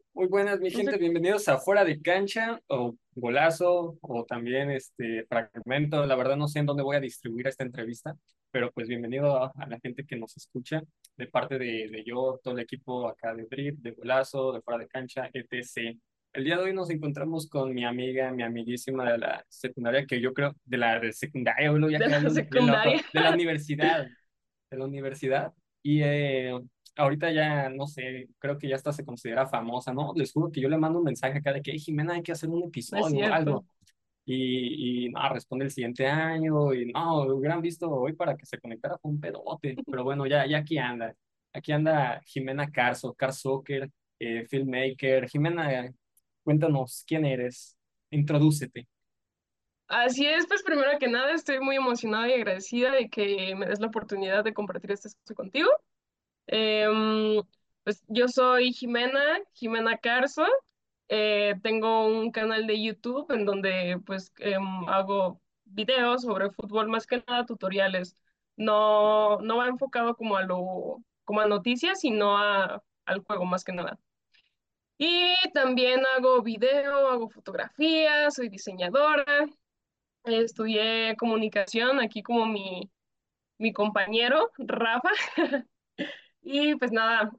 Muy buenas, mi No sé. gente, bienvenidos a Fuera de Cancha o Golazo o también Fragmento. La verdad no sé en dónde voy a distribuir esta entrevista, pero pues bienvenido a la gente que nos escucha de parte de yo, todo el equipo acá de Drip, de Golazo, de Fuera de Cancha, etc. El día de hoy nos encontramos con mi amiga, mi amiguísima de la secundaria, que yo creo, de secundaria, boludo, ya De que la hablo de la, secundaria. de la universidad, de la universidad. Y ahorita ya, no sé, creo que ya hasta se considera famosa, ¿no? Les juro que yo le mando un mensaje acá de que, "Hey, Jimena, hay que hacer un No es episodio o cierto. algo". Y no, responde el siguiente año. Y no, hubieran visto hoy para que se conectara con un pedote. Pero bueno, ya aquí anda. Aquí anda Jimena Carso, Car Soccer, filmmaker. Jimena, cuéntanos quién eres. Introdúcete. Así es, pues primero que nada estoy muy emocionada y agradecida de que me des la oportunidad de compartir este espacio contigo. Em, pues yo soy Jimena Carso. Tengo un canal de YouTube en donde pues hago videos sobre fútbol, más que nada tutoriales. No va enfocado como como a noticias, sino al juego más que nada. Y también hago video, hago fotografía, soy diseñadora, estudié comunicación aquí como mi compañero, Rafa. Y pues nada,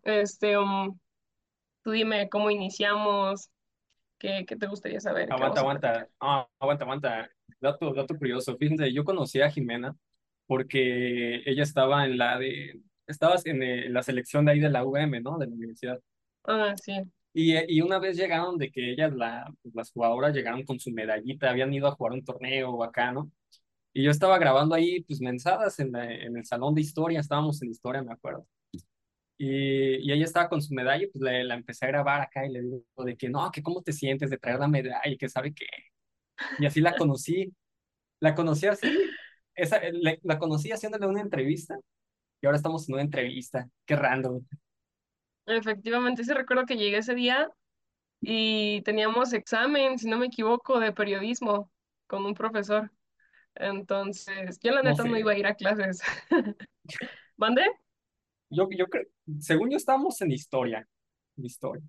tú dime cómo iniciamos, qué te gustaría saber, qué Aguanta, vamos a platicar. aguanta. Ah, aguanta. Dato curioso. Fíjense, yo conocí a Jimena porque ella estaba estabas en la selección de ahí de la UM, ¿no? De la universidad. Ah, sí. Y una vez llegaron de que ellas, las jugadoras, llegaron con su medallita, habían ido a jugar un torneo o acá, ¿no? Y yo estaba grabando ahí, pues, mensadas en el salón de historia, estábamos en historia, me acuerdo. Y ella estaba con su medalla, y pues la empecé a grabar acá y le digo de que no, que cómo te sientes de traer la medalla y que sabe qué. Y así la conocí así, la conocí haciéndole una entrevista y ahora estamos en una entrevista. Qué random. Efectivamente, sí recuerdo que llegué ese día y teníamos examen, si no me equivoco, de periodismo con un profesor. Entonces, yo la No neta no iba sé. a ir a clases. ¿Mande? Yo creo, según yo estábamos en historia.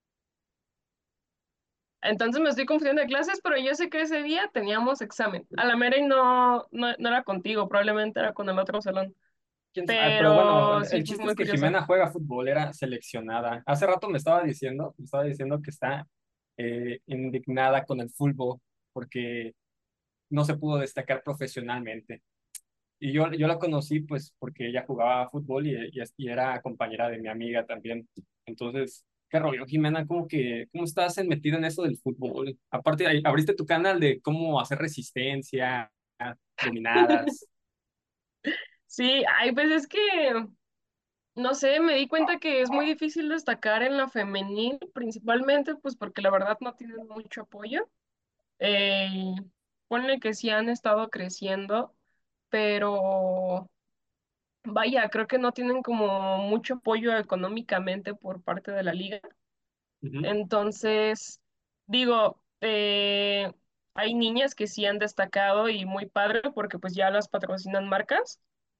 Entonces me estoy confundiendo de clases, pero yo sé que ese día teníamos examen. A la mera y no era contigo, probablemente era con el otro salón. ¿Quién sabe? Pero bueno, Pero el sí fue chiste es muy que curioso. Jimena juega fútbol, era seleccionada. Hace rato me estaba diciendo que está indignada con el fútbol porque no se pudo destacar profesionalmente. Y yo la conocí pues porque ella jugaba fútbol y era compañera de mi amiga también. Entonces, ¿qué rollo, Jimena? ¿Cómo estás metida en eso del fútbol? Aparte, abriste tu canal de cómo hacer resistencia, dominadas. Sí, ay, pues es que, no sé, me di cuenta que es muy difícil destacar en la femenil, principalmente pues porque la verdad no tienen mucho apoyo. Eh, Ponle que sí han estado creciendo, pero vaya, creo que no tienen como mucho apoyo económicamente por parte de la liga. Ujú, Entonces, digo, hay niñas que sí han destacado y muy padre porque pues ya las patrocinan marcas,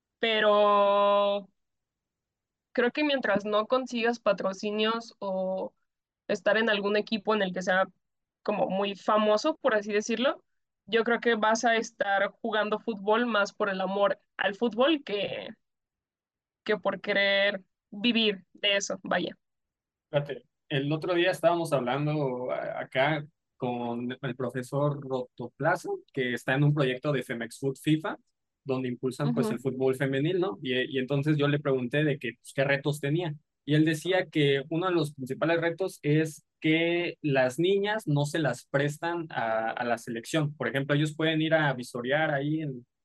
pero creo que mientras no consigas patrocinios o estar en algún equipo en el que sea como muy famoso, por así decirlo, yo creo que vas a estar jugando fútbol más por el amor al fútbol que por querer vivir de eso, vaya. fíjate, el otro día estábamos hablando acá con el profesor Rotoplaza, que está en un proyecto de Femex Food FIFA, donde impulsan pues Ujú. el fútbol femenil, ¿no? Y entonces yo le pregunté de que, pues, qué retos tenía. Y él decía que uno de los principales retos es que las niñas no se las prestan a la selección. Por ejemplo, ellos pueden ir a visorear ahí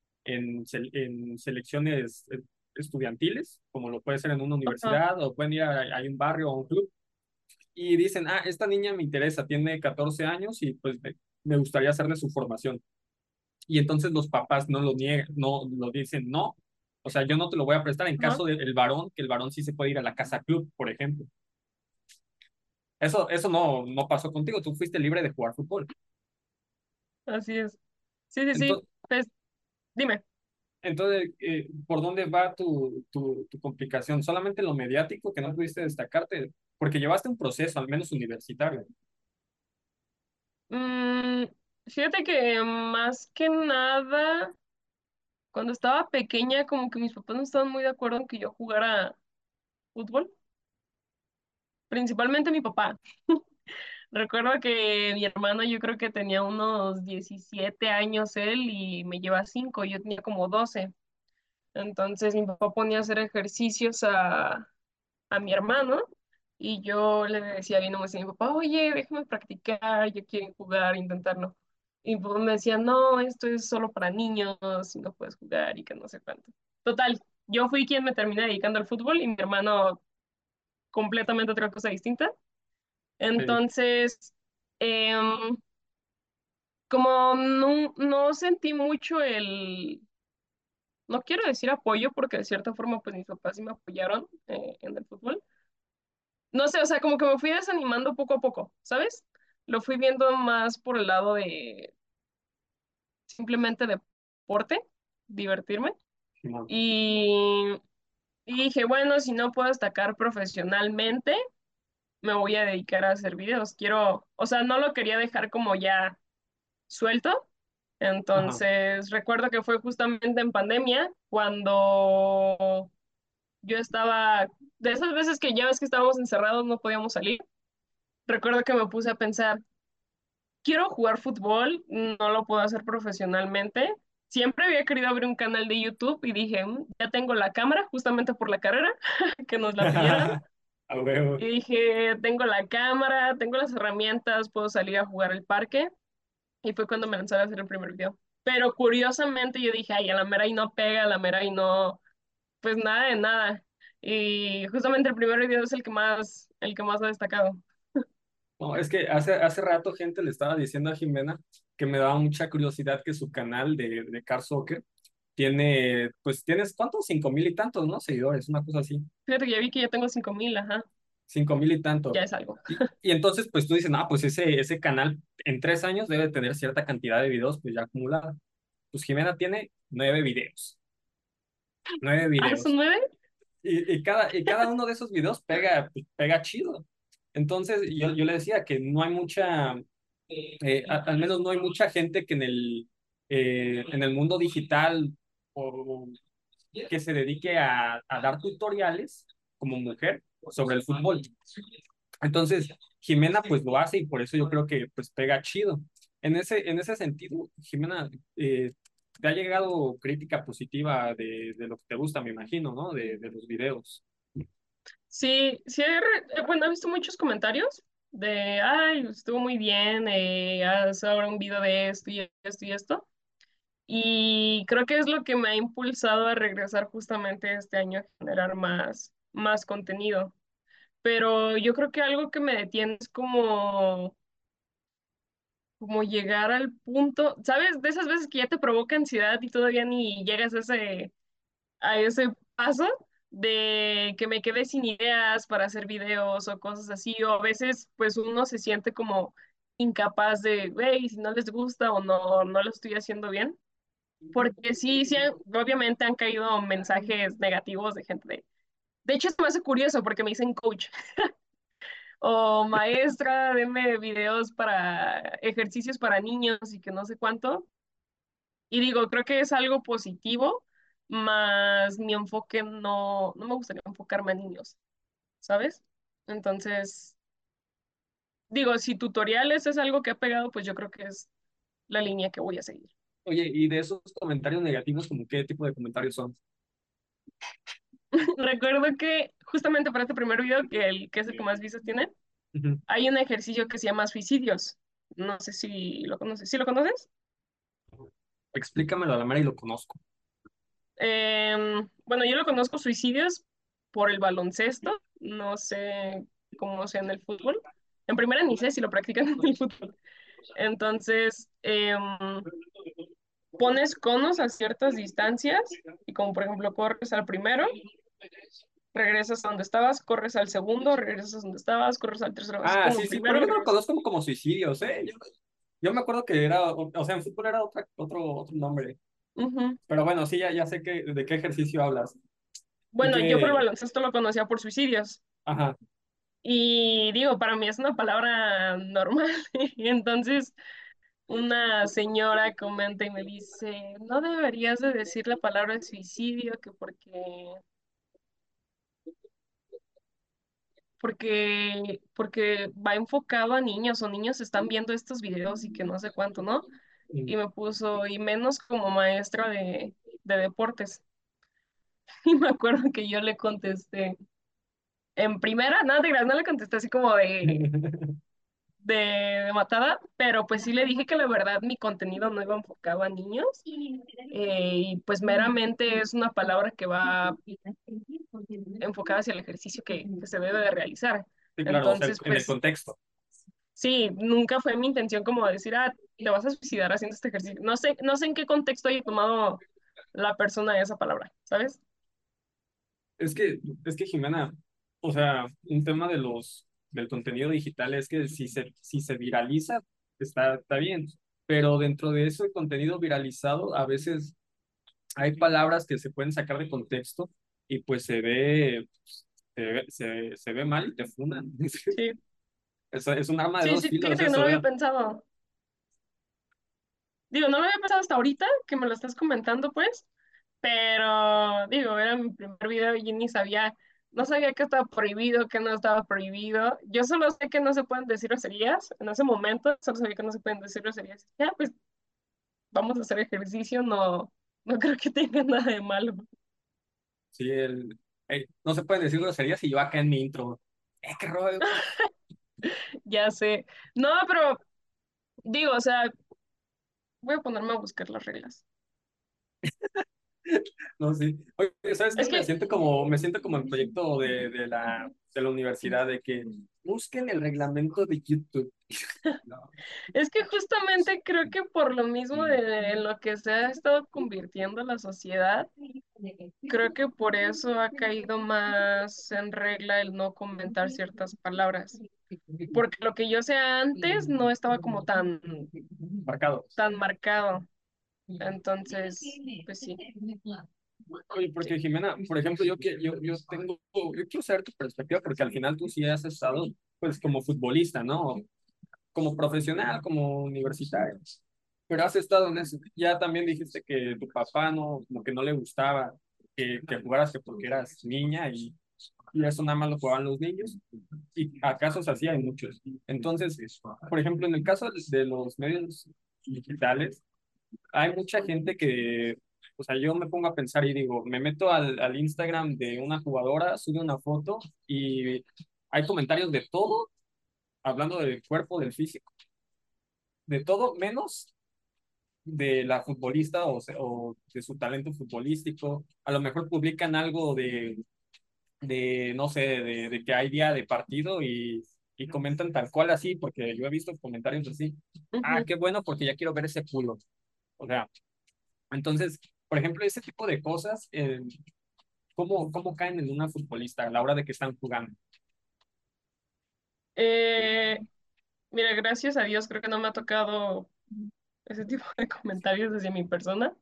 en selecciones estudiantiles, como lo puede ser en una Ajá, universidad, o pueden ir a un barrio o un club y dicen, ah, esta niña me interesa, tiene 14 años y pues me gustaría hacerle su formación. Y entonces los papás no lo niegan, no lo dicen, no, o sea, yo no te lo voy a prestar en ajá, caso del varón, que el varón sí se puede ir a la casa club, por ejemplo. Eso no pasó contigo, tú fuiste libre de jugar fútbol. así es. Sí, sí, sí. Entonces, Pues dime. ¿por dónde va tu complicación? ¿Solamente lo mediático que no pudiste destacarte? Porque llevaste un proceso, al menos universitario. Mm, fíjate que más que nada, cuando estaba pequeña, como que mis papás no estaban muy de acuerdo en que yo jugara fútbol, principalmente mi papá. Recuerdo que mi hermano yo creo que tenía unos 17 años él y me lleva 5, yo tenía como 12. Entonces mi papá ponía a hacer ejercicios a mi hermano y yo le decía bien nomás a mi papá, oye, déjame practicar, yo quiero jugar, intentarlo. Y mi papá me decía, no, esto es solo para niños y no puedes jugar y que no sé cuánto. Total, yo fui quien me terminé dedicando al fútbol y mi hermano completamente otra cosa distinta. Sí, Entonces, em, como no sentí mucho no quiero decir apoyo porque de cierta forma pues mis papás sí me apoyaron en el fútbol. No sé, o sea, como que me fui desanimando poco a poco, ¿sabes? Lo fui viendo más por el lado de simplemente deporte, divertirme. Simón. Y, y dije, bueno, si no puedo destacar profesionalmente, me voy a dedicar a hacer videos. Quiero, o sea, no lo quería dejar como ya suelto. Ajá, Entonces, recuerdo que fue justamente en pandemia cuando yo estaba, de esas veces que ya ves que estábamos encerrados, no podíamos salir. Recuerdo que me puse a pensar, quiero jugar fútbol, no lo puedo hacer profesionalmente. Siempre había querido abrir un canal de YouTube y dije, ya tengo la cámara, justamente por la carrera, que nos la pidieron. a huevo. Y dije, tengo la cámara, tengo las herramientas, puedo salir a jugar al parque. Y fue cuando me lancé a hacer el primer video. Pero curiosamente yo dije, ay, a la mera y no pega, a la mera y no, pues nada de nada. Y justamente el primer video es el que más ha destacado. No, es que hace rato gente le estaba diciendo a Jimena que me daba mucha curiosidad que su canal de Car Soccer tiene, pues tienes, ¿cuántos? 5,000 y tantos, ¿no? Seguidores, una cosa así. Fíjate que ya vi que ya tengo 5,000, ajá, 5,000 y tanto. ya es algo. Y entonces, pues tú dices, ah, pues ese canal en 3 años debe tener cierta cantidad de videos, pues ya acumulada. Pues Jimena tiene 9 videos. Nueve ¿Ah, son videos. 9? Y cada uno de esos videos pega, pues, pega chido. Entonces, yo le decía que no hay mucha, al menos no hay mucha gente que en el mundo digital o que se dedique a dar tutoriales como mujer sobre el fútbol. Entonces, Jimena pues lo hace y por eso yo creo que pues pega chido. En ese sentido, Jimena, te ha llegado crítica positiva de lo que te gusta, me imagino, ¿no? De los videos. Sí, sí, bueno, he visto muchos comentarios de, ay, estuvo muy bien, haz ahora un video de esto y esto y esto. Y creo que es lo que me ha impulsado a regresar justamente este año a generar más contenido. Pero yo creo que algo que me detiene es como llegar al punto, ¿sabes? De esas veces que ya te provoca ansiedad y todavía ni llegas a ese paso de que me quedé sin ideas para hacer videos o cosas así, o a veces pues uno se siente como incapaz de, güey, si no les gusta o no lo estoy haciendo bien. Porque sí, sí, obviamente han caído mensajes negativos de gente de hecho, esto me hace curioso porque me dicen coach o maestra, denme videos para ejercicios para niños y que no sé cuánto. Y digo, creo que es algo positivo, más mi enfoque no me gustaría enfocarme a niños, ¿sabes? Entonces, digo, si tutoriales es algo que ha pegado, pues yo creo que es la línea que voy a seguir. Oye, y de esos comentarios negativos, ¿como qué tipo de comentarios son? Recuerdo que justamente para este primer video, que es el que más vistas tiene, Ujú. hay un ejercicio que se llama suicidios. No sé si lo conoces. ¿Sí lo conoces? Explícamelo a la mera y lo conozco. Bueno, yo lo conozco suicidios por el baloncesto. No sé cómo sea en el fútbol. En primera ni sé si lo practican en el fútbol. Entonces, pones conos a ciertas distancias y como por ejemplo corres al primero, regresas a donde estabas, corres al segundo, regresas a donde estabas, corres al tercero, así Ah, como sí, en sí, pero primero, yo no lo regresas. conozco como suicidios, ¿eh? Yo me acuerdo que era, o sea, en fútbol era otro nombre. Ujú. Pero bueno, sí, ya sé de qué ejercicio hablas. Y Bueno, yo por el que, baloncesto lo conocía por suicidios. ajá, Y digo, para mí es una palabra normal. Y entonces una señora comenta y me dice, no deberías de decir la palabra suicidio, que porque va enfocado a niños o niños están viendo estos videos y que no sé cuánto, ¿no? Mm. Y me puso, y menos como maestra de deportes. Y me acuerdo que yo le contesté, en primera, nada te creas, no le contesté así como de matada, pero pues sí le dije que la verdad mi contenido no iba enfocado a niños, y pues meramente es una palabra que va enfocada hacia el ejercicio que se debe de realizar. Sí, claro, o sea, Entonces, en el pues contexto. sí, nunca fue mi intención como decir, te vas a suicidar haciendo este ejercicio. No sé en qué contexto haya tomado la persona esa palabra, ¿sabes? Es que, es que Jimena, o sea, un tema del contenido digital es que si se viraliza, está bien, pero dentro de eso, el contenido viralizado, a veces hay palabras que se pueden sacar de contexto y pues se ve mal y te funan. Sí, Es un arma de sí, dos sí, filos fíjate que no lo eso, había ¿verdad? pensado. Digo, no lo había pensado hasta ahorita que me lo estás comentando, pues, pero digo, era mi primer video y yo ni sabía, no sabía que estaba prohibido, que no estaba prohibido. Yo solo sé que no se pueden decir groserías. En ese momento solo sabía que no se pueden decir groserías. Ya, pues vamos a hacer ejercicio, no creo que tenga nada de malo. Sí, no se pueden decir groserías y yo acá en mi intro. ¿Qué rollo? Ya sé. No, pero digo, o sea, voy a ponerme a buscar las reglas. No, sí. Oye, ¿sabes qué? Es que, Me siento como el proyecto de la universidad de que busquen el reglamento de YouTube. No. es que justamente creo que por lo mismo en lo que se ha estado convirtiendo la sociedad, creo que por eso ha caído más en regla el no comentar ciertas palabras. Porque lo que yo sé antes no estaba como Marcado. tan marcado. Entonces, pues sí. Oye, porque Jimena, por ejemplo, yo quiero saber tu perspectiva, porque al final tú sí has estado, pues, como futbolista, ¿no? Como profesional, como universitario. Pero has estado en eso. Ya también dijiste que tu papá no, como que no le gustaba que jugaras que porque eras niña y eso nada más lo jugaban los niños. Y acaso así hay muchos. Entonces, por ejemplo, en el caso de los medios digitales, hay mucha gente que, o sea, yo me pongo a pensar y digo, me meto al Instagram de una jugadora, sube una foto y hay comentarios de todo, hablando del cuerpo, del físico, de todo menos de la futbolista o de su talento futbolístico. A lo mejor publican algo no sé, de que hay día de partido y comentan tal cual así, porque yo he visto comentarios así. Ah, Ujú. qué bueno, porque ya quiero ver ese culo. O sea, entonces, por ejemplo, ese tipo de cosas, cómo caen en una futbolista a la hora de que están jugando? Eh, Mira, gracias a Dios creo que no me ha tocado ese tipo de comentarios desde mi persona,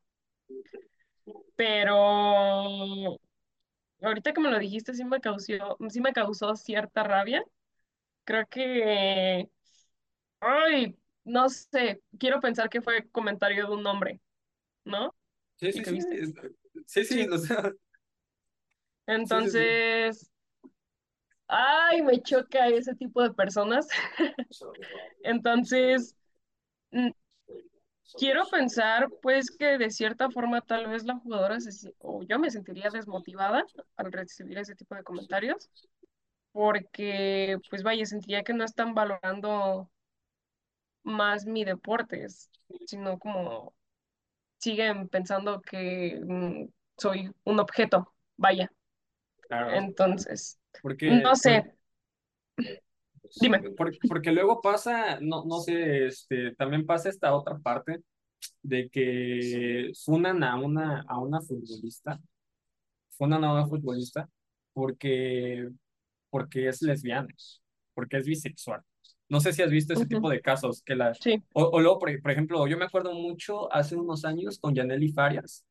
pero ahorita que me lo dijiste sí me causó cierta rabia. Creo que, ay, no sé, quiero pensar que fue comentario de un hombre, ¿no? Sí, ¿Y sí, que sí, viste? sí, sí, Sí. o sea, sí, sí, sí. Entonces, ay, me choca ese tipo de personas. Entonces, mm, quiero pensar, pues, que de cierta forma tal vez la jugadora o yo me sentiría desmotivada al recibir ese tipo de comentarios, porque, pues, vaya, sentiría que no están valorando más mi deporte, sino como siguen pensando que soy un objeto, vaya. Claro, Entonces, porque, no sé, dime. porque luego pasa, no sé, también pasa esta otra parte de que funan a una futbolista, funan a una futbolista porque, porque es lesbiana, porque es bisexual. No sé si has visto ese Ujú, tipo de casos sí. o luego, por ejemplo, yo me acuerdo mucho hace unos años con Yaneli Farias,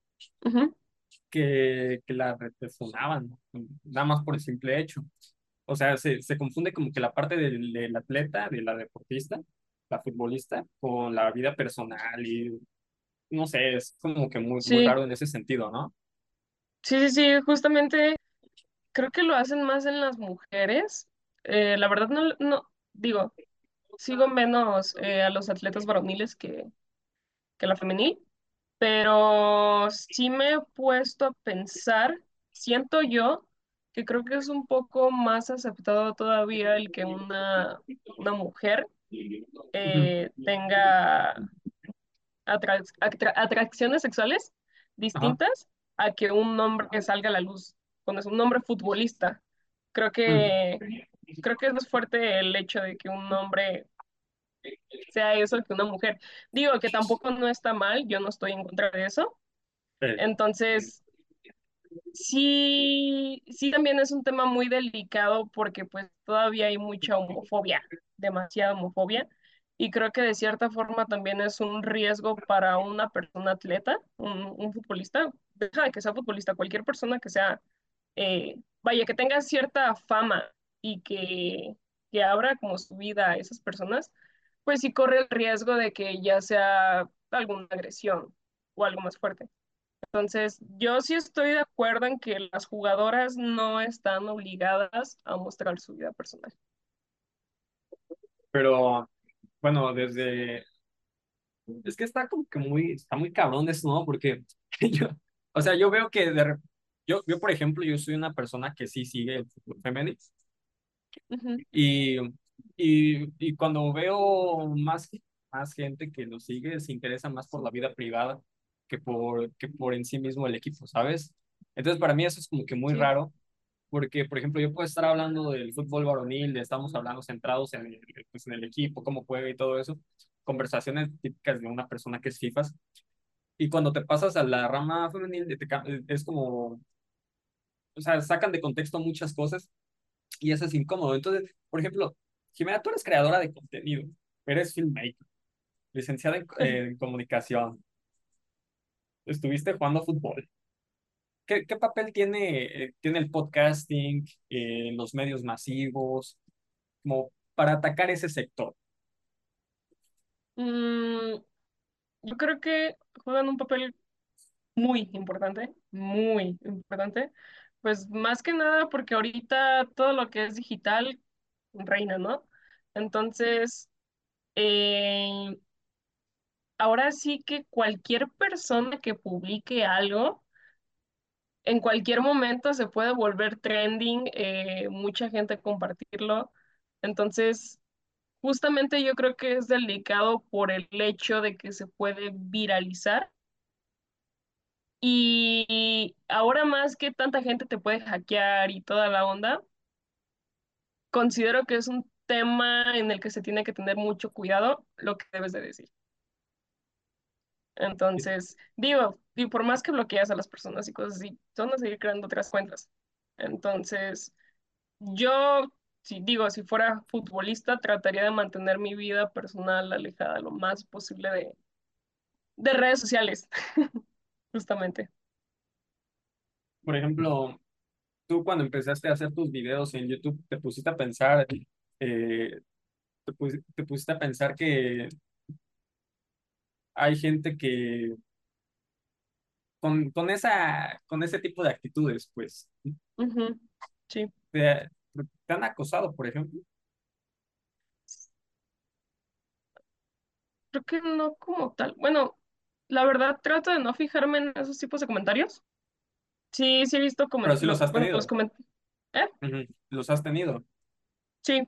Ujú, que la represionaban, ¿no? Nada más por el simple hecho. o sea, se confunde como que la parte del atleta, de la deportista, la futbolista, con la vida personal y no sé, es como que muy, muy Sí, raro en ese sentido, ¿no? sí, sí, sí, justamente creo que lo hacen más en las mujeres. La verdad no, digo, sigo menos a los atletas varoniles que la femenil, pero sí me he puesto a pensar, siento yo, que creo que es un poco más aceptado todavía el que una mujer Ujú. tenga atracciones sexuales Ajá. distintas a que un hombre que salga a la luz, cuando es un hombre futbolista. Creo Ujú. que, creo que es más fuerte el hecho de que un hombre sea eso que una mujer. Digo que tampoco no está mal, yo no estoy en contra de eso. Eh, Entonces, sí, sí también es un tema muy delicado porque pues todavía hay mucha homofobia, demasiada homofobia, y creo que de cierta forma también es un riesgo para una persona atleta, un futbolista, deja de que sea futbolista, cualquier persona que sea, vaya, que tenga cierta fama y que abra como su vida a esas personas, pues sí corre el riesgo de que ya sea alguna agresión o algo más fuerte. Entonces, yo sí estoy de acuerdo en que las jugadoras no están obligadas a mostrar su vida personal. pero bueno, es que está como que está muy cabrón eso, ¿no? Porque yo, o sea, yo veo que yo, por ejemplo, yo soy una persona que sí sigue el fútbol femenino Ujú, y, y cuando veo más gente que lo sigue, se interesa más por la vida privada que por en sí mismo el equipo, ¿sabes? Entonces, para mí eso es como que muy sí, raro. Porque, por ejemplo, yo puedo estar hablando del fútbol varonil, estamos hablando centrados pues, en el equipo, cómo juega y todo eso, conversaciones típicas de una persona que es FIFAs, y cuando te pasas a la rama femenil, es como, o sea, sacan de contexto muchas cosas y eso es incómodo. Entonces, por ejemplo, Jimena, tú eres creadora de contenido, eres filmmaker, licenciada en comunicación, estuviste jugando fútbol. ¿Qué papel tiene el podcasting, los medios masivos, como para atacar ese sector? Mm, yo creo que juegan un papel muy importante, pues más que nada porque ahorita todo lo que es digital reina, ¿no? Entonces, eh, ahora sí que cualquier persona que publique algo, en cualquier momento se puede volver trending, mucha gente compartirlo. Entonces, justamente yo creo que es delicado por el hecho de que se puede viralizar y ahora más que tanta gente te puede hackear y toda la onda, considero que es un tema en el que se tiene que tener mucho cuidado lo que debes de decir. Entonces, digo, y por más que bloqueas a las personas y cosas así, son a seguir creando otras cuentas. Entonces, yo, si digo, si fuera futbolista, trataría de mantener mi vida personal alejada lo más posible de redes sociales, justamente. Por ejemplo, tú cuando empezaste a hacer tus videos en YouTube, te pusiste a pensar, te pusiste a pensar que hay gente que con ese tipo de actitudes, pues, Ujú, sí, te han acosado, por ejemplo. creo que no como tal. Bueno, la verdad trato de no fijarme en esos tipos de comentarios. Sí, sí he visto Pero sí los has bueno, los tenido. comentarios. ¿Eh? Ujú. Los has tenido. Sí.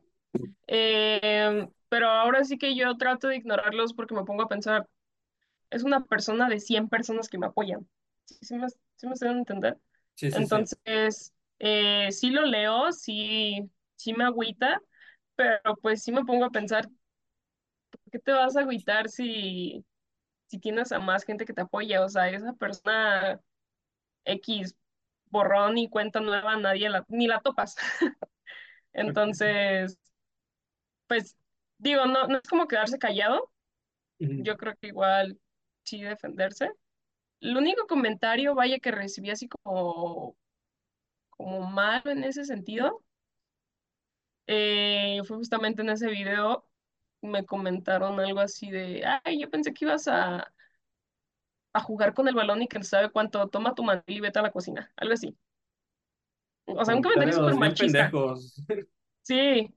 Pero ahora sí que yo trato de ignorarlos porque me pongo a pensar, es una persona de 100 personas que me apoyan. Sí me estoy dando a entender. Sí, sí, sí. Entonces, sí lo leo, sí, sí me agüita, pero pues sí me pongo a pensar, ¿por qué te vas a agüitar si tienes a más gente que te apoya? O sea, esa persona X, borrón y cuenta nueva, ni la topas. Entonces, pues digo, no es como quedarse callado. Ujú. Yo creo que igual sí defenderse. El único comentario, vaya, que recibí así como malo en ese sentido, Fue justamente en ese video, me comentaron algo así de, ay, yo pensé que ibas a jugar con el balón y que no sabe cuánto, toma tu mandil y vete a la cocina, algo así. O sea, un comentario súper Comentarios bien machista. pendejos. Sí,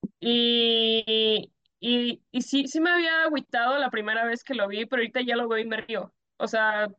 y sí, sí me había agüitado la primera vez que lo vi, pero ahorita ya lo veo y me río. O sea,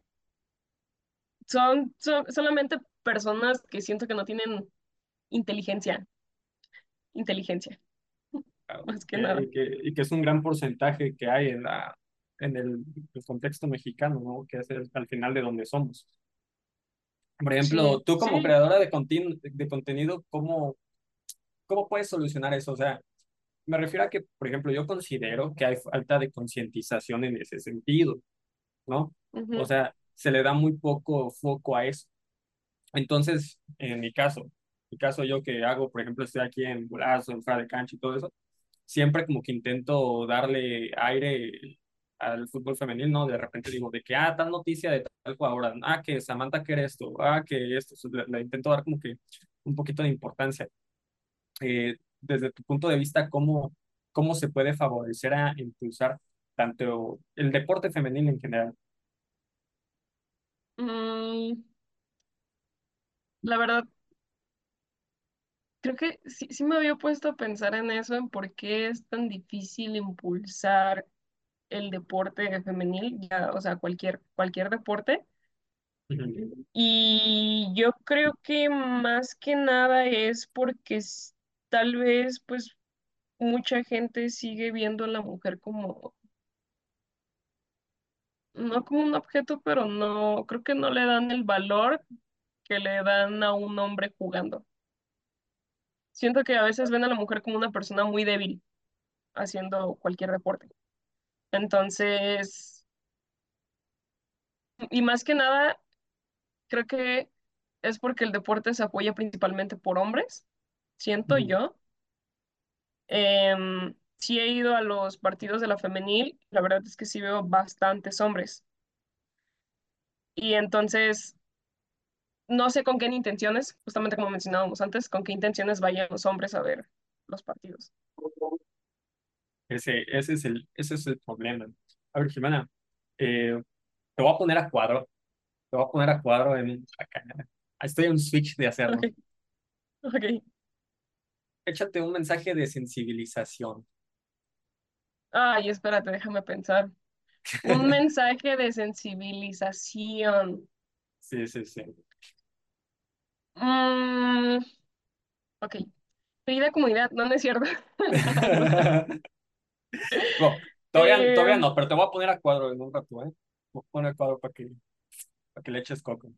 son solamente personas que siento que no tienen inteligencia, inteligencia, más que nada. Y que es un gran porcentaje que hay en en el contexto mexicano, ¿no? Que es al final de donde somos. Por ejemplo, Sí, tú como sí. creadora de contenido, ¿cómo puedes solucionar eso? O sea, me refiero a que, por ejemplo, yo considero que hay falta de concientización en ese sentido, ¿no? O Ujú. sea, se le da muy poco foco a eso. Entonces, en mi caso yo que hago, por ejemplo, estoy aquí en Golazo, en Fuera de Cancha y todo eso, siempre como que intento darle aire al fútbol femenil, ¿no? De repente digo, de que, tal noticia de tal jugadora, que Samantha quiere esto, que esto, le intento dar como que un poquito de importancia. Desde tu punto de vista, ¿cómo se puede favorecer a impulsar tanto el deporte femenil en general? Mm, la verdad, creo que sí, sí me había puesto a pensar en eso, en por qué es tan difícil impulsar el deporte femenil, ya, o sea, cualquier deporte. Ujú. Y yo creo que más que nada es porque tal vez pues mucha gente sigue viendo a la mujer como, no como un objeto, pero no, creo que no le dan el valor que le dan a un hombre jugando. Siento que a veces ven a la mujer como una persona muy débil haciendo cualquier deporte. Entonces, y más que nada, creo que es porque el deporte se apoya principalmente por hombres, siento Ujú. yo. Sí he ido a los partidos de la femenil, la verdad es que sí veo bastantes hombres. Y entonces, no sé con qué intenciones, justamente como mencionábamos antes, con qué intenciones vayan los hombres a ver los partidos. Ese es el problema. A ver, Jimena, te voy a poner a cuadro, te voy a poner a cuadro acá. Estoy en un switch de hacerlo. Ok, ok. Échate un mensaje de sensibilización. Ay, espérate, déjame pensar. Un mensaje de sensibilización. Sí, sí, sí. Mm, ok. Querida comunidad, no, no es cierto. No. Bueno, todavía Eh, no, pero te voy a poner a cuadro en un rato, ¿eh? Voy a poner a cuadro para que le eches coco.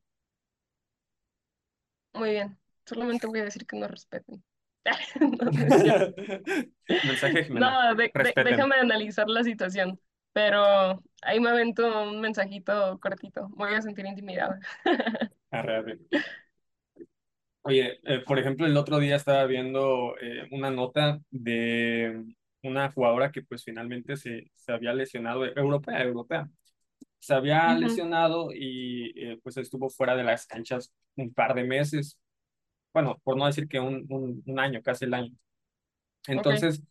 muy bien. Solamente voy a decir que nos respeten. No, no es cierto. Mensaje, Jimena. No, Respeten. déjame analizar la situación. Pero ahí me avento un mensajito cortito. Me voy a sentir intimidada. Arre, arre. Oye, por ejemplo, el otro día estaba viendo una nota de una jugadora que pues finalmente se había lesionado, europea. Se había Ujú. lesionado y pues estuvo fuera de las canchas un par de meses. Bueno, por no decir que un año, casi el año. Ok. Entonces,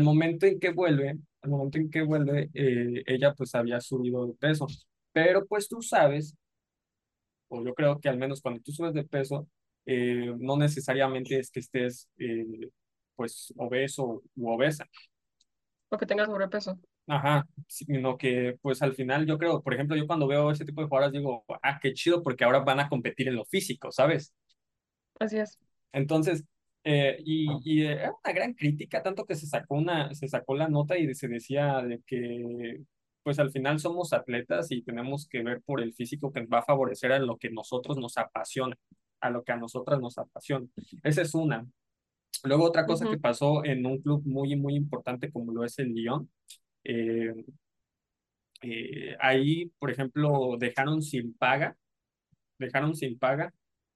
al momento en que vuelve, ella pues había subido de peso. Pero pues tú sabes, o yo creo que al menos cuando tú subes de peso, no necesariamente es que estés pues obeso u obesa. O que tenga sobrepeso. Ajá, sino que pues al final yo creo, por ejemplo, yo cuando veo ese tipo de jugadoras digo, qué chido porque ahora van a competir en lo físico, ¿sabes? Así es. Entonces, era una gran crítica, tanto que se sacó la nota y se decía de que, pues al final somos atletas y tenemos que ver por el físico que va a favorecer a lo que nosotros nos apasiona, a lo que a nosotras nos apasiona. Esa es una. Luego otra cosa que Ujú, pasó en un club muy, muy importante como lo es el Lyon, eh, ahí, por ejemplo, dejaron sin paga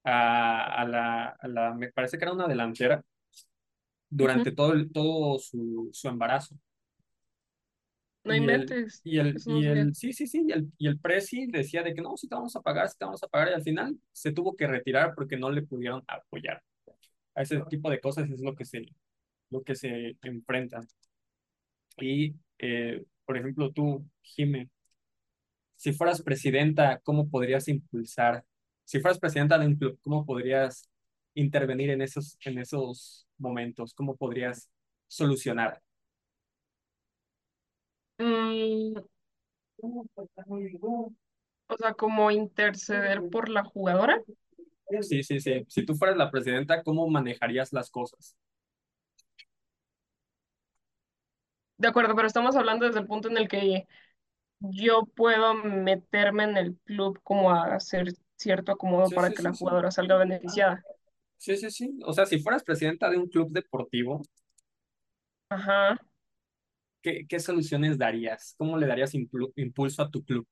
me parece que era una delantera ujú. durante todo su embarazo. No inventes. Eso no sabía. Sí, sí, sí, y el presi decía de que no, sí te vamos a pagar, sí te vamos a pagar, y al final se tuvo que retirar porque no le pudieron apoyar. A ese tipo de cosas es lo que se... lo que se enfrentan. Y, por ejemplo, tú, Jime, si fueras presidenta, ¿cómo podrías impulsar? Si fueras presidenta de un club, ¿cómo podrías intervenir en esos momentos? ¿Cómo podrías solucionar? Mm, o sea, como interceder por la jugadora. Sí, sí, sí. Si tú fueras la presidenta, ¿cómo manejarías las cosas? De acuerdo, pero estamos hablando desde el punto en el que yo puedo meterme en el club como a hacer cierto acomodo Sí, para sí, que sí, la sí. jugadora salga beneficiada. Sí, sí, sí. O sea, si fueras presidenta de un club deportivo, Ajá. ¿qué soluciones darías? ¿Cómo le darías impulso a tu club?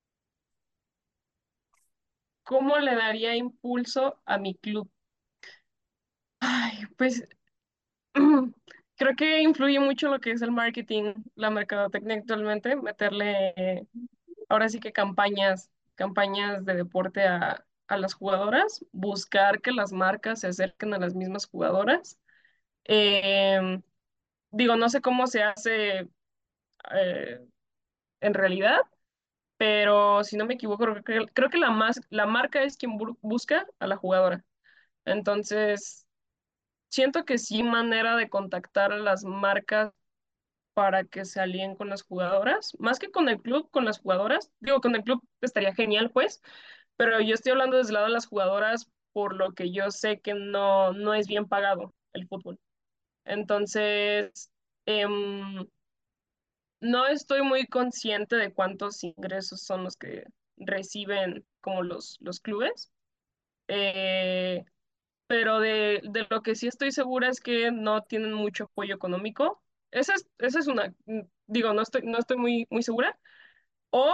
¿Cómo le daría impulso a mi club? Ay, pues creo que influye mucho lo que es el marketing, la mercadotecnia actualmente, meterle ahora sí que campañas de deporte a las jugadoras, buscar que las marcas se acerquen a las mismas jugadoras. Em, Digo, no sé cómo se hace eh, en realidad, pero si no me equivoco, creo que la marca es quien busca a la jugadora. Entonces, siento que sí manera de contactar a las marcas para que se alíen con las jugadoras, más que con el club, con las jugadoras. Digo, con el club estaría genial, pues, pero yo estoy hablando desde el lado de las jugadoras por lo que yo sé que no es bien pagado el fútbol. Entonces, em, no estoy muy consciente de cuántos ingresos son los que reciben como los clubes, eh, pero de lo que sí estoy segura es que no tienen mucho apoyo económico. Esa es una, digo, no estoy muy segura. O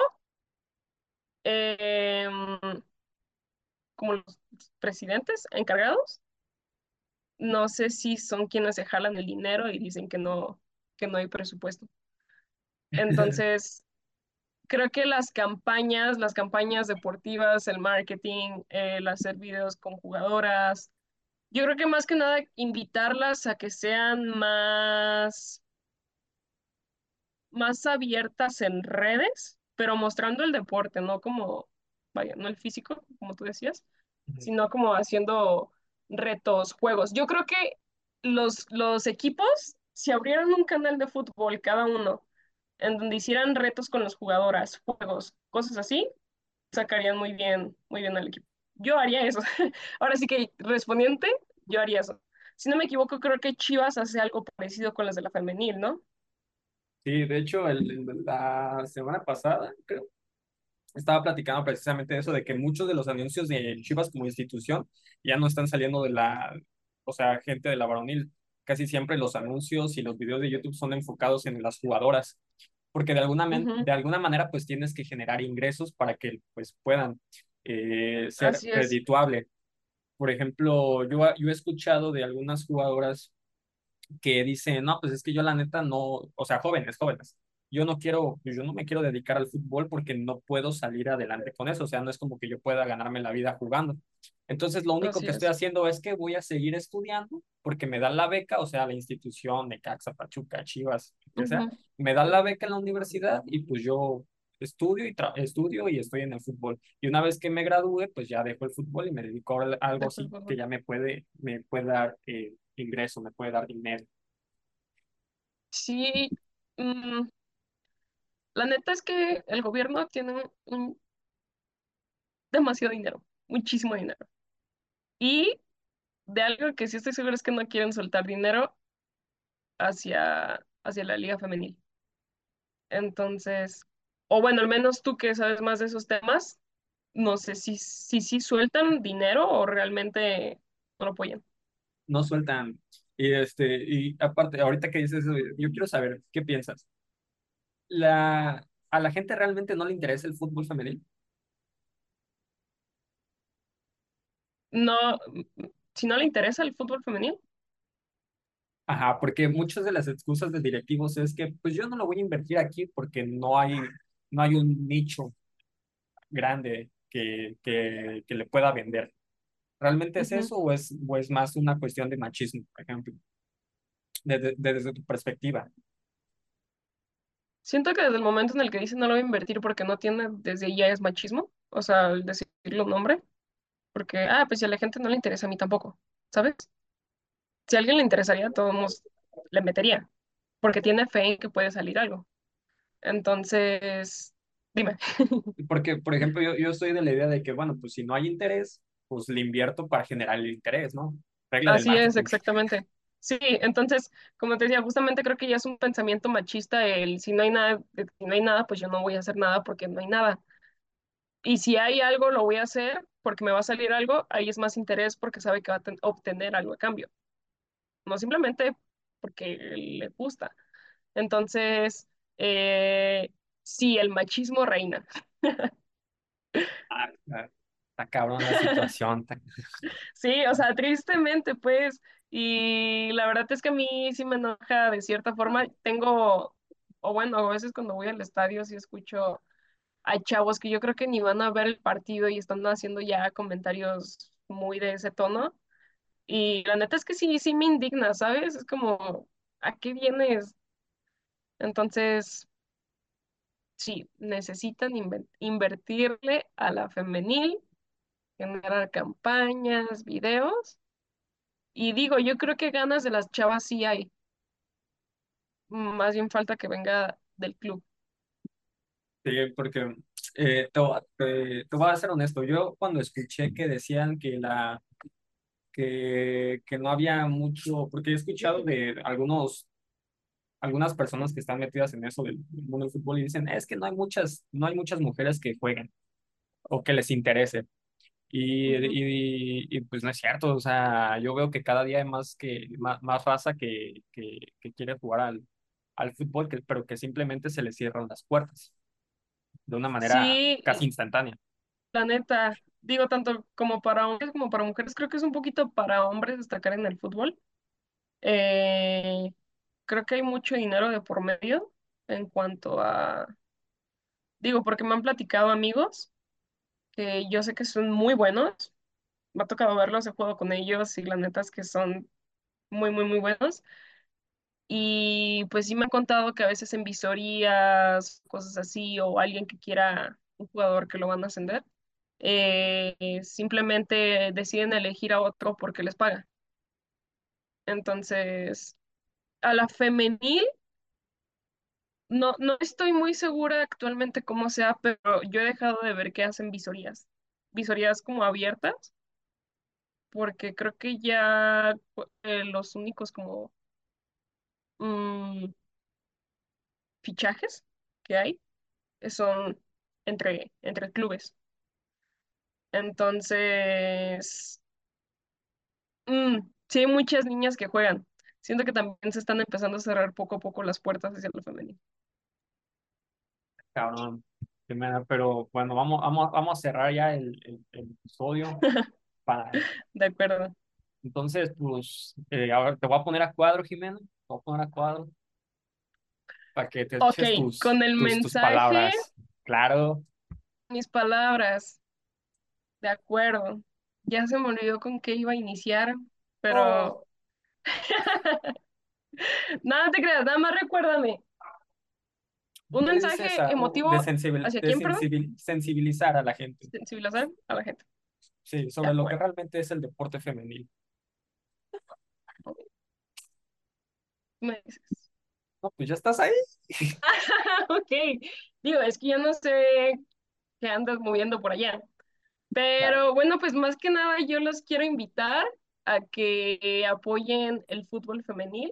em, como los presidentes encargados, no sé si son quienes se jalan el dinero y dicen que no hay presupuesto. Entonces, creo que las campañas deportivas, el marketing, el hacer videos con jugadoras, yo creo que más que nada invitarlas a que sean más abiertas en redes, pero mostrando el deporte, no como, vaya, no el físico, como tú decías, Ujú. sino como haciendo retos, juegos. Yo creo que los equipos, si abrieran un canal de fútbol cada uno, en donde hicieran retos con las jugadoras, juegos, cosas así, sacarían muy bien al equipo. Yo haría eso. Ahora sí que respondiente, yo haría eso. Si no me equivoco, creo que Chivas hace algo parecido con las de la femenil, ¿no? Sí, de hecho, la semana pasada, creo, estaba platicando precisamente de eso, de que muchos de los anuncios de Chivas como institución ya no están saliendo o sea, gente de la varonil. Casi siempre los anuncios y los videos de YouTube son enfocados en las jugadoras, porque Ujú, de alguna manera pues tienes que generar ingresos para que pues puedan ser así es. redituable. Por ejemplo, yo he escuchado de algunas jugadoras que dicen, no, pues es que yo la neta no, o sea, jóvenes, yo no me quiero dedicar al fútbol porque no puedo salir adelante con eso, o sea, no es como que yo pueda ganarme la vida jugando. Entonces, lo único Así que estoy es. haciendo es que voy a seguir estudiando porque me dan la beca, o sea, la institución de Caxa, Pachuca, Chivas, que sea, Ujú, me dan la beca en la universidad y pues yo estudio y estoy en el fútbol. Y una vez que me gradúe, pues ya dejo el fútbol y me dedico a algo dejo el así que fútbol. ya me puede dar ingreso, me puede dar dinero. Sí, mm, la neta es que el gobierno tiene demasiado dinero, muchísimo dinero. Y de algo que sí estoy segura es que no quieren soltar dinero hacia la liga femenil. Entonces, o bueno, al menos tú que sabes más de esos temas, no sé si sueltan dinero o realmente no lo apoyan. No sueltan. Y aparte, ahorita que dices eso, yo quiero saber, ¿qué piensas? ¿A la gente realmente no le interesa el fútbol femenil? No, si no le interesa el fútbol femenil, Ajá, porque muchas de las excusas de directivos es que, pues yo no lo voy a invertir aquí porque no hay un nicho grande que le pueda vender. ¿Realmente es ujú. eso o es más una cuestión de machismo, por ejemplo? desde tu perspectiva. Siento que desde el momento en el que dice no lo voy a invertir porque no tiene, desde ahí ya es machismo. O sea, el decirlo un nombre. Porque, pues si a la gente no le interesa, a mí tampoco. ¿Sabes? Si a alguien le interesaría, todos le metería. Porque tiene fe en que puede salir algo. Entonces, dime. Porque, por ejemplo, yo soy de la idea de que, bueno, pues si no hay interés, pues le invierto para generar el interés, ¿no? Regla del Así es, marketing. exactamente. Sí, entonces, como te decía, justamente creo que ya es un pensamiento machista el si no hay nada, si no hay nada, pues yo no voy a hacer nada porque no hay nada. Y si hay algo, lo voy a hacer porque me va a salir algo, ahí es más interés porque sabe que va a obtener algo a cambio, no simplemente porque le gusta. Entonces, sí, el machismo reina. Ah, está cabrón la situación. Sí, o sea, tristemente, pues, y la verdad es que a mí sí me enoja de cierta forma. Tengo, o bueno, a veces cuando voy al estadio sí escucho a chavos que yo creo que ni van a ver el partido y están haciendo ya comentarios muy de ese tono. Y la neta es que sí, sí me indigna, ¿sabes? Es como, ¿a qué vienes? Entonces, sí, necesitan invertirle a la femenil, generar campañas, videos. Y digo, yo creo que ganas de las chavas sí hay. Más bien falta que venga del club. Sí, porque te voy a ser honesto. Yo cuando escuché que decían que no había mucho, porque he escuchado de algunas personas que están metidas en eso del mundo del fútbol y dicen, es que no hay muchas mujeres que jueguen o que les interese. Ujú. Pues no es cierto, o sea, yo veo que cada día hay más raza que quiere jugar al fútbol, pero que simplemente se les cierran las puertas de una manera Sí, casi instantánea. la neta, digo, tanto como para hombres como para mujeres, creo que es un poquito para hombres destacar en el fútbol. Eh, Creo que hay mucho dinero de por medio en cuanto a, digo, porque me han platicado amigos que yo sé que son muy buenos, me ha tocado verlos, he jugado con ellos y la neta es que son muy, muy, muy buenos. Y pues sí me han contado que a veces en visorías, cosas así, o alguien que quiera un jugador que lo van a ascender, simplemente deciden elegir a otro porque les paga. Entonces, a la femenil, no estoy muy segura actualmente cómo sea, pero yo he dejado de ver que hacen visorías como abiertas, porque creo que ya los únicos como mm, fichajes que hay son entre clubes. Entonces, sí hay muchas niñas que juegan. Siento que también se están empezando a cerrar poco a poco las puertas hacia lo femenino. Cabrón. Pero bueno, vamos a cerrar ya el episodio. Para, De acuerdo. entonces, pues, ahora te voy a poner a cuadro, Jimena. Te voy a poner a cuadro para que te Ok, eches con el tus mensaje, palabras. Claro. mis palabras. De acuerdo. Ya se me olvidó con qué iba a iniciar, pero Oh, nada te creas, nada más recuérdame. Un ¿qué le dices mensaje emotivo ¿hacia quién, perdón? sensibilizar a la gente? Sensibilizar a la gente. Sí, De sobre lo que acuerdo. realmente es el deporte femenil. Me dices. No, pues ya estás ahí. Ok. Digo, es que yo no sé qué andas moviendo por allá. Claro. Pero bueno, pues más que nada yo los quiero invitar a que apoyen el fútbol femenil.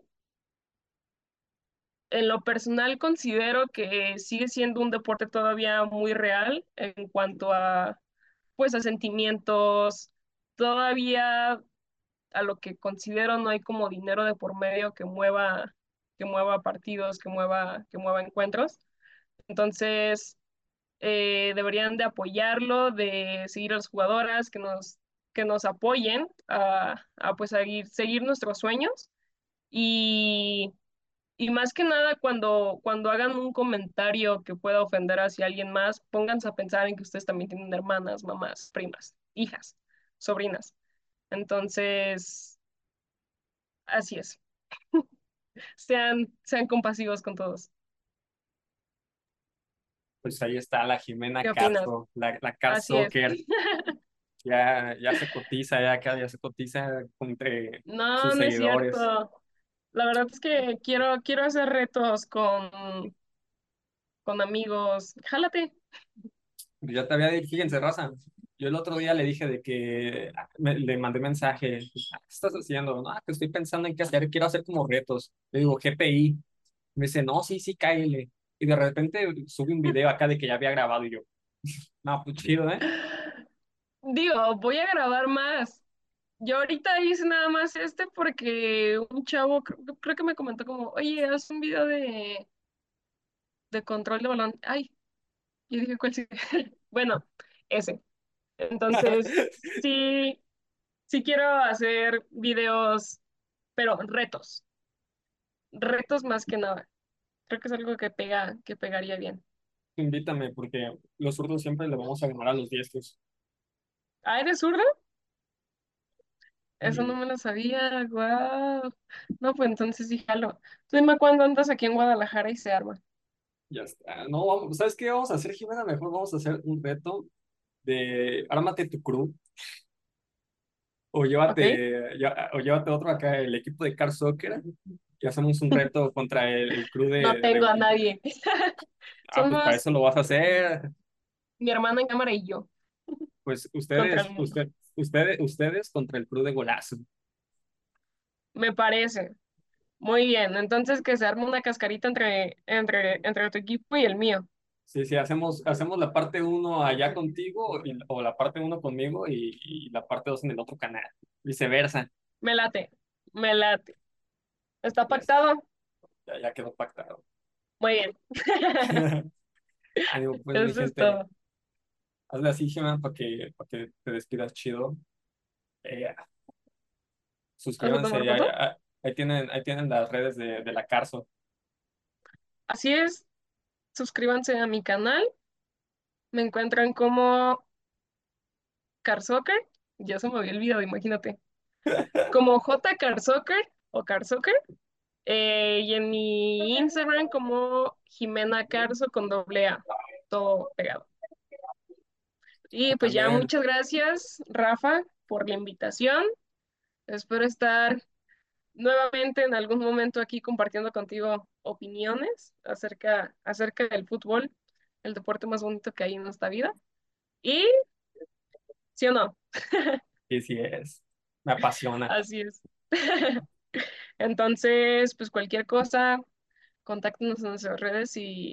En lo personal considero que sigue siendo un deporte todavía muy real en cuanto a, pues, a sentimientos. Todavía a lo que considero no hay como dinero de por medio que mueva partidos, que mueva encuentros. Entonces, deberían de apoyarlo, de seguir a las jugadoras, que nos apoyen pues a seguir nuestros sueños y, y más que nada cuando hagan un comentario que pueda ofender hacia alguien más, pónganse a pensar en que ustedes también tienen hermanas, mamás, primas, hijas, sobrinas. Entonces, así es. sean compasivos con todos. Pues ahí está la Jimena ¿Qué opinas? Carso, la Car Así es. Soccer. Ya se cotiza, ya se cotiza entre No, sus no es seguidores. cierto. La verdad es que quiero hacer retos con amigos. Jálate. Ya te había dicho, fíjense, raza. Yo el otro día le dije de que le mandé mensaje. ¿Qué estás haciendo? No, que estoy pensando en qué hacer. Quiero hacer como retos. Le digo, GPI. Me dice, no, sí, sí, cáele. Y de repente sube un video acá de que ya había grabado y yo, no, pues chido, ¿eh? Digo, voy a grabar más. Yo ahorita hice nada más este porque un chavo creo que me comentó como, oye, haz un video de control de balón. Ay, yo dije, ¿cuál sigue? Bueno, ese. Entonces, sí, sí quiero hacer videos, pero retos. Retos más que nada. Creo que es algo que pegaría bien. Invítame, porque los zurdos siempre le vamos a ganar a los diestros. Ah, ¿eres zurdo? Eso no Y me lo sabía, guau. No, pues entonces sí, jalo. Tú dime cuándo andas aquí en Guadalajara y se arma. ya está. No, ¿sabes qué vamos a hacer, Jimena? Mejor vamos a hacer un reto de ármate tu crew ¿Ok? o llévate otro acá, el equipo de Car Soccer, y hacemos un reto contra el crew No tengo a nadie. Ah, pues para Somos eso lo vas a hacer. mi hermana en cámara y yo Pues contra el mundo. ustedes contra el crew de Golazo. Me parece. Muy bien. Entonces que se arme una cascarita entre tu equipo y el mío. Sí, sí, hacemos la parte uno allá contigo o la parte uno conmigo y la parte 2 en el otro canal. Viceversa. Me late. Me late. ¿Está Ya, pactado? ya quedó pactado. Muy bien. Ánimo, pues, mi Eso es gente. todo. Hazle así, Gemma, para que te despidas chido. Eh, ¿Vas a suscríbanse, tomar foto? ahí tienen las redes de la Carso. Así es. Suscríbanse a mi canal. Me encuentran como Car Soccer. Ya se me había olvidado, imagínate. Como J Car Soccer o Car Soccer. Y en mi Instagram como Jimena Carso con doble A. Todo pegado. Y pues ya También, muchas gracias, Rafa, por la invitación. Espero estar nuevamente en algún momento aquí compartiendo contigo opiniones acerca del fútbol, el deporte más bonito que hay en esta vida. Y, ¿sí o no? y sí es. Me apasiona. Así es. Entonces, pues cualquier cosa, contáctenos en nuestras redes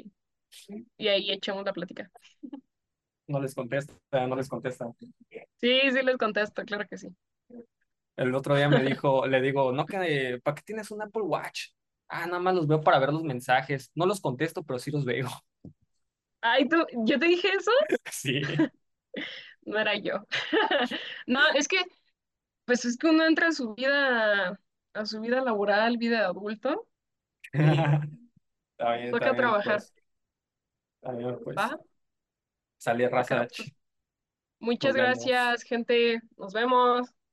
y ahí echamos la plática. No les contesta, no les contesta. Sí, sí les contesto, claro que sí. El otro día le digo, no, que, ¿para qué tienes un Apple Watch? Ah, nada más los veo para ver los mensajes. No los contesto, pero sí los veo. Ay, ¿yo te dije eso? Sí. No era yo. No, pues es que uno entra a su vida laboral, vida de adulto, y Está toca bien, trabajar. pues. Está bien, pues. ¿Va? Salí Va, raza. pues. Muchas Nos vemos. gracias, gente. Nos vemos.